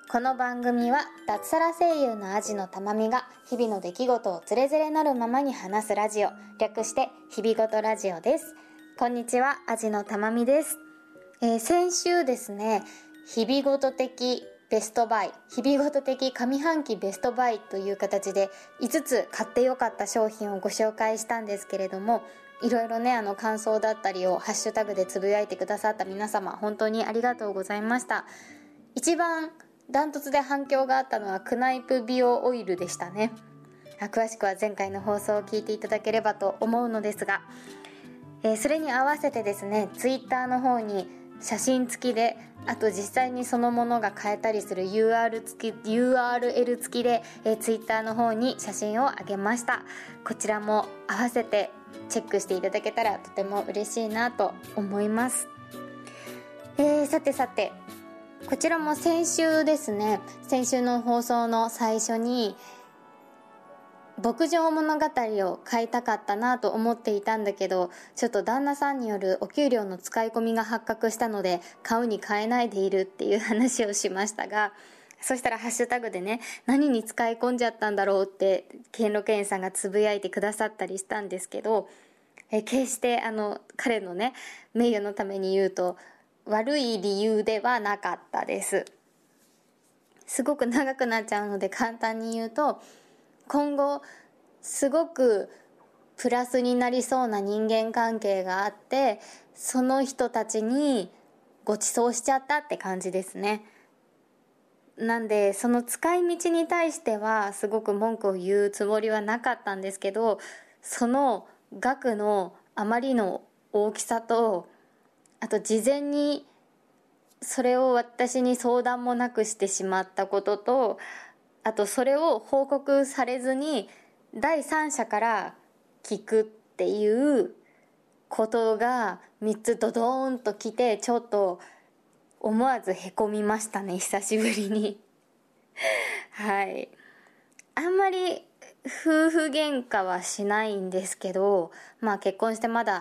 この番組は脱サラ声優のアジのたまみが日々の出来事をつれづれなるままに話すラジオ、略して日々ごとラジオです。こんにちは、アジのたまみです。先週ですね、日々ごと的ベストバイ、日々ごと的上半期ベストバイという形で5つ買ってよかった商品をご紹介したんですけれども、いろいろね、感想だったりをハッシュタグでつぶやいてくださった皆様、本当にありがとうございました。一番ダントツで反響があったのはクナイプ美容オイルでしたね。詳しくは前回の放送を聞いていただければと思うのですが、それに合わせてですね、ツイッターの方に写真付きで、あと実際にそのものが買えたりする URL 付きで、ツイッターの方に写真をあげました。こちらも合わせてチェックしていただけたらとても嬉しいなと思います。さてこちらも先週ですね、先週の放送の最初に牧場物語を買いたかったなと思っていたんだけど、ちょっと旦那さんによるお給料の使い込みが発覚したので買うに買えないでいるっていう話をしましたが、そしたらハッシュタグでね、何に使い込んじゃったんだろうって兼六園さんがつぶやいてくださったりしたんですけど、決して彼のね名誉のために言うと悪い理由ではなかったです。すごく長くなっちゃうので簡単に言うと、今後すごくプラスになりそうな人間関係があって、その人たちにご馳走しちゃったって感じですね。なんでその使い道に対してはすごく文句を言うつもりはなかったんですけど、その額のあまりの大きさと、あと事前にそれを私に相談もなくしてしまったことと、あとそれを報告されずに第三者から聞くっていうことが3つドドーンときて、ちょっと思わずへこみましたね、久しぶりにはい。あんまり夫婦喧嘩はしないんですけど、結婚してまだ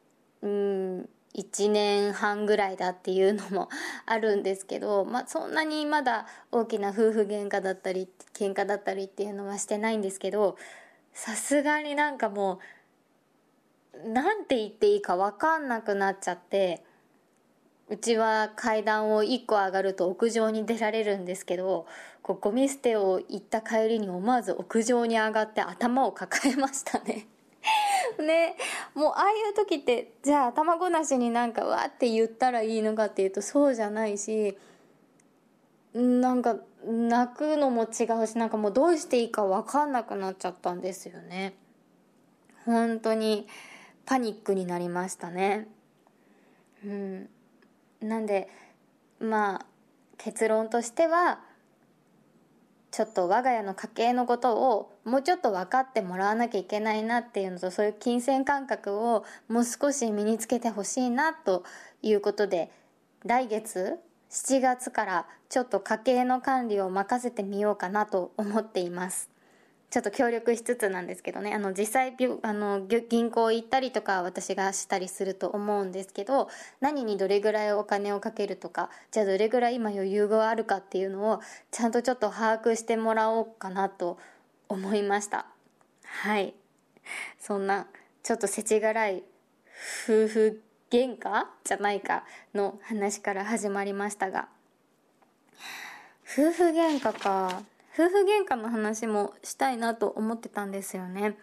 1年半ぐらいだっていうのもあるんですけど、そんなにまだ大きな夫婦喧嘩だったりっていうのはしてないんですけど、さすがになんかもうなんて言っていいか分かんなくなっちゃって、うちは階段を1個上がると屋上に出られるんですけど、ゴミ捨てを行った帰りに思わず屋上に上がって頭を抱えましたねね、もうああいう時ってじゃあ頭ごなしになんかわーって言ったらいいのかっていうとそうじゃないし、なんか泣くのも違うし、なんかもうどうしていいか分かんなくなっちゃったんですよね。本当にパニックになりましたね。なんで結論としては、ちょっと我が家の家計のことをもうちょっと分かってもらわなきゃいけないなっていうのと、そういう金銭感覚をもう少し身につけてほしいなということで、来月7月からちょっと家計の管理を任せてみようかなと思っています。ちょっと協力しつつなんですけどね、実際銀行行ったりとか私がしたりすると思うんですけど、何にどれぐらいお金をかけるとか、じゃあどれぐらい今余裕があるかっていうのをちゃんとちょっと把握してもらおうかなと思いました。はい、そんなちょっと世知辛い夫婦喧嘩じゃないかの話から始まりましたが、夫婦喧嘩か。夫婦喧嘩の話もしたいなと思ってたんですよね。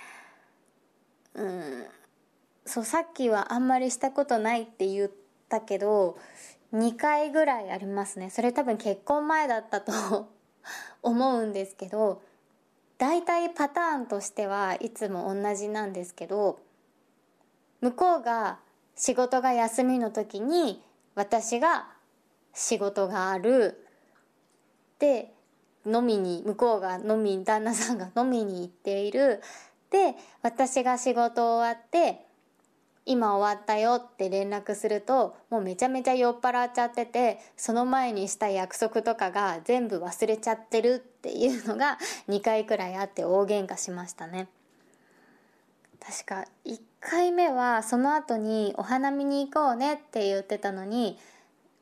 そう、さっきはあんまりしたことないって言ったけど、2回ぐらいありますね。それ多分結婚前だったと思うんですけど、大体パターンとしてはいつも同じなんですけど、向こうが仕事が休みの時に私が仕事があるで、向こうが旦那さんが飲みに行っているで、私が仕事終わって今終わったよって連絡すると、もうめちゃめちゃ酔っ払っちゃってて、その前にした約束とかが全部忘れちゃってるっていうのが2回くらいあって大喧嘩しましたね。確か1回目はその後にお花見に行こうねって言ってたのに、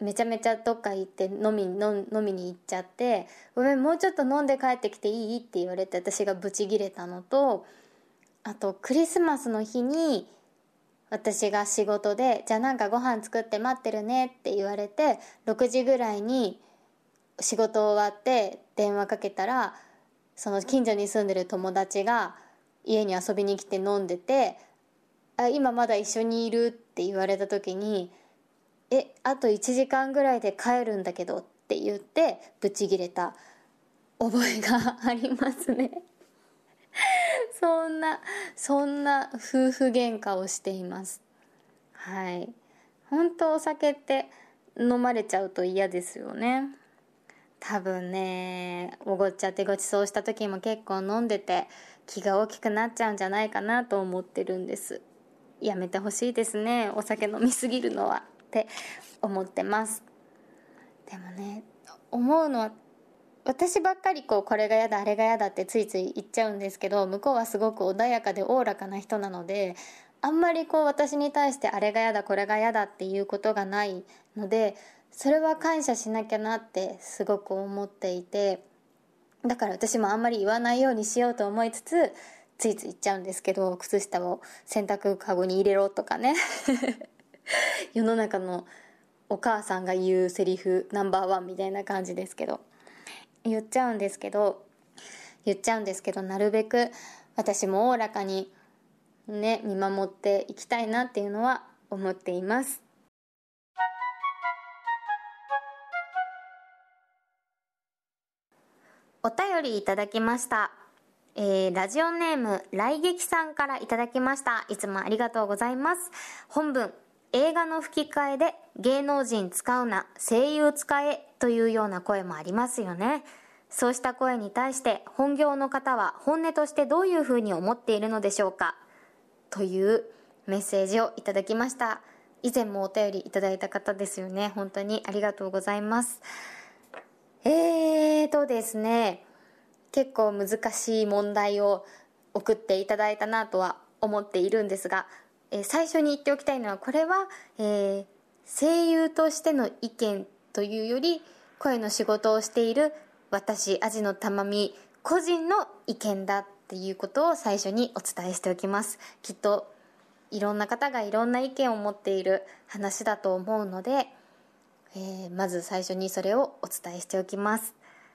めちゃめちゃどっか行って飲みに行っちゃって、ごめんもうちょっと飲んで帰ってきていいって言われて、私がブチギレたのと、あとクリスマスの日に私が仕事で、じゃあなんかご飯作って待ってるねって言われて、6時ぐらいに仕事終わって電話かけたら、その近所に住んでる友達が家に遊びに来て飲んでて、今まだ一緒にいるって言われた時に、あと1時間ぐらいで帰るんだけどって言ってブチギレた覚えがありますね。そんな夫婦喧嘩をしています。はい。本当お酒って飲まれちゃうと嫌ですよね。多分ね、おごっちゃってごちそうした時も結構飲んでて気が大きくなっちゃうんじゃないかなと思ってるんです。やめてほしいですね、お酒飲みすぎるのはって思ってます。でもね、思うのは、私ばっかりこれがやだあれがやだってついつい言っちゃうんですけど、向こうはすごく穏やかでおおらかな人なので、あんまり私に対してあれがやだこれがやだっていうことがないので、それは感謝しなきゃなってすごく思っていて、だから私もあんまり言わないようにしようと思いつつついつい言っちゃうんですけど、靴下を洗濯かごに入れろとかね世の中のお母さんが言うセリフナンバーワンみたいな感じですけど、言っちゃうんですけど、なるべく私もおおらかにね、見守っていきたいなっていうのは思っています。お便りいただきました。ラジオネーム来劇さんからいただきました。いつもありがとうございます。本文、映画の吹き替えで芸能人使うな、声優使えというような声もありますよね。そうした声に対して本業の方は本音としてどういうふうに思っているのでしょうか、というメッセージをいただきました。以前もお便りいただいた方ですよね。本当にありがとうございます。ですね、結構難しい問題を送っていただいたなとは思っているんですが、最初に言っておきたいのは、これは、声優としての意見というより、声の仕事をしている私アジのたまみ個人の意見だっていうことを最初にお伝えしておきます。きっといろんな方がいろんな意見を持っている話だと思うので、まず最初にそれをお伝えしておきます。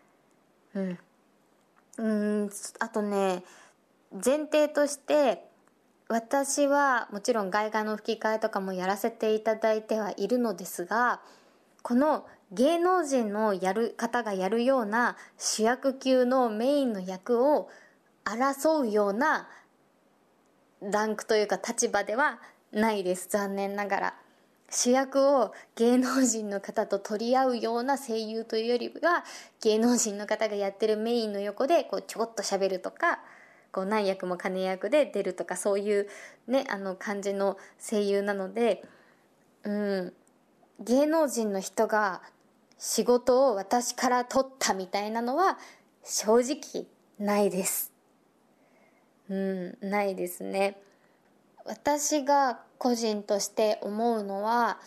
あとね、前提として私はもちろん外画の吹き替えとかもやらせていただいてはいるのですが、この芸能人の方がやるような主役級のメインの役を争うようなランクというか立場ではないです。残念ながら主役を芸能人の方と取り合うような声優というよりは、芸能人の方がやってるメインの横でちょこっと喋るとか、何役も金役で出るとか、そういうね、感じの声優なので、芸能人の人が仕事を私から取ったみたいなのは正直ないです。ないですね。私が個人として思うのは、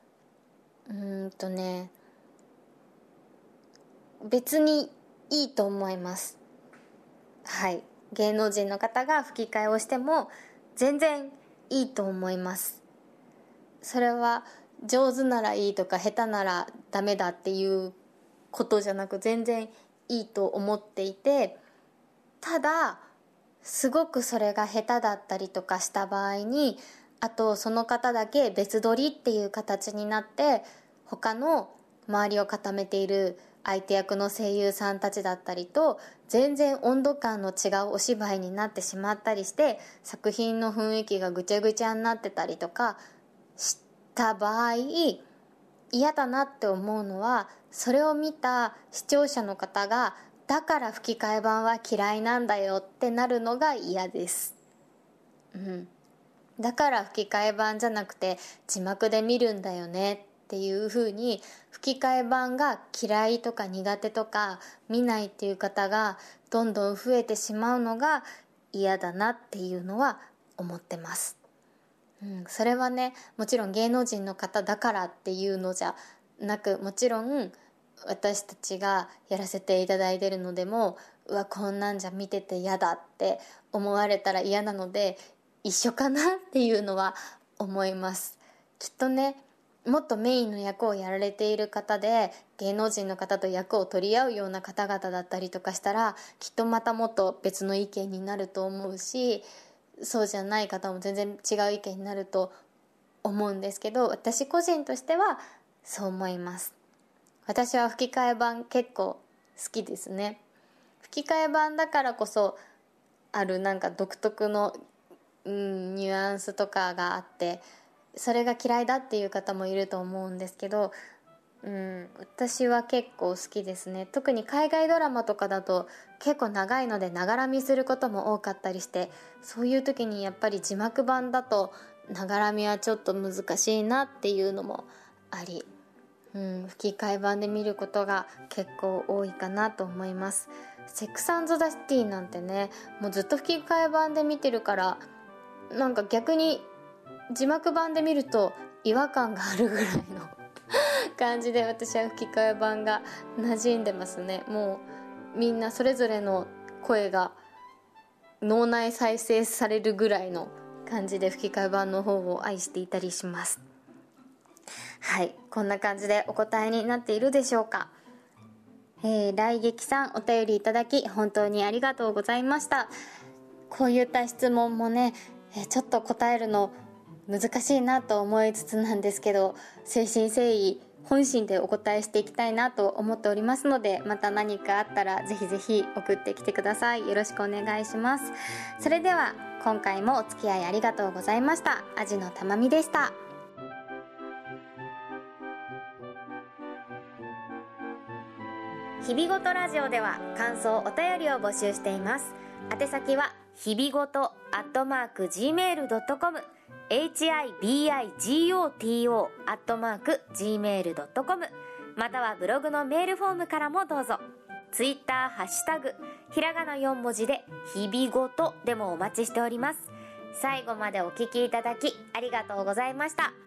別にいいと思います。はい、芸能人の方が吹き替えをしても全然いいと思います。それは上手ならいいとか下手ならダメだっていうことじゃなく、全然いいと思っていて、ただすごくそれが下手だったりとかした場合に、あとその方だけ別撮りっていう形になって、他の周りを固めている相手役の声優さんたちだったりと全然温度感の違うお芝居になってしまったりして、作品の雰囲気がぐちゃぐちゃになってたりとかした場合、嫌だなって思うのは、それを見た視聴者の方がだから吹き替え版は嫌いなんだよってなるのが嫌です。だから吹き替え版じゃなくて字幕で見るんだよねっていう風に、吹き替え版が嫌いとか苦手とか見ないっていう方がどんどん増えてしまうのが嫌だなっていうのは思ってます。それはね、もちろん芸能人の方だからっていうのじゃなく、もちろん私たちがやらせていただいてるのでも、うわこんなんじゃ見てて嫌だって思われたら嫌なので、一緒かなっていうのは思います。きっとね、もっとメインの役をやられている方で芸能人の方と役を取り合うような方々だったりとかしたら、きっとまたもっと別の意見になると思うし、そうじゃない方も全然違う意見になると思うんですけど、私個人としてはそう思います。私は吹き替え版結構好きですね。吹き替え版だからこそあるなんか独特のニュアンスとかがあって、それが嫌いだっていう方もいると思うんですけど、私は結構好きですね。特に海外ドラマとかだと結構長いのでながら見することも多かったりして、そういう時にやっぱり字幕版だとながら見はちょっと難しいなっていうのもあり、吹き替え版で見ることが結構多いかなと思います。セックス&ザ・シティなんてね、もうずっと吹き替え版で見てるから、なんか逆に字幕版で見ると違和感があるぐらいの感じで、私は吹き替え版が馴染んでますね。もうみんなそれぞれの声が脳内再生されるぐらいの感じで吹き替え版の方を愛していたりします。はい、こんな感じでお答えになっているでしょうか。来劇さん、お便りいただき本当にありがとうございました。こういった質問もね、ちょっと答えるの難しいなと思いつつなんですけど、誠心誠意本心でお答えしていきたいなと思っておりますので、また何かあったらぜひぜひ送ってきてください。よろしくお願いします。それでは今回もお付き合いありがとうございました。アジのたまみでした。日々ごとラジオでは感想お便りを募集しています。宛先は日々ごと@gmail.com、hibigoto@gmail.com、 またはブログのメールフォームからもどうぞ。ツイッターハッシュタグひらがな4文字で日々ごとでもお待ちしております。最後までお聞きいただきありがとうございました。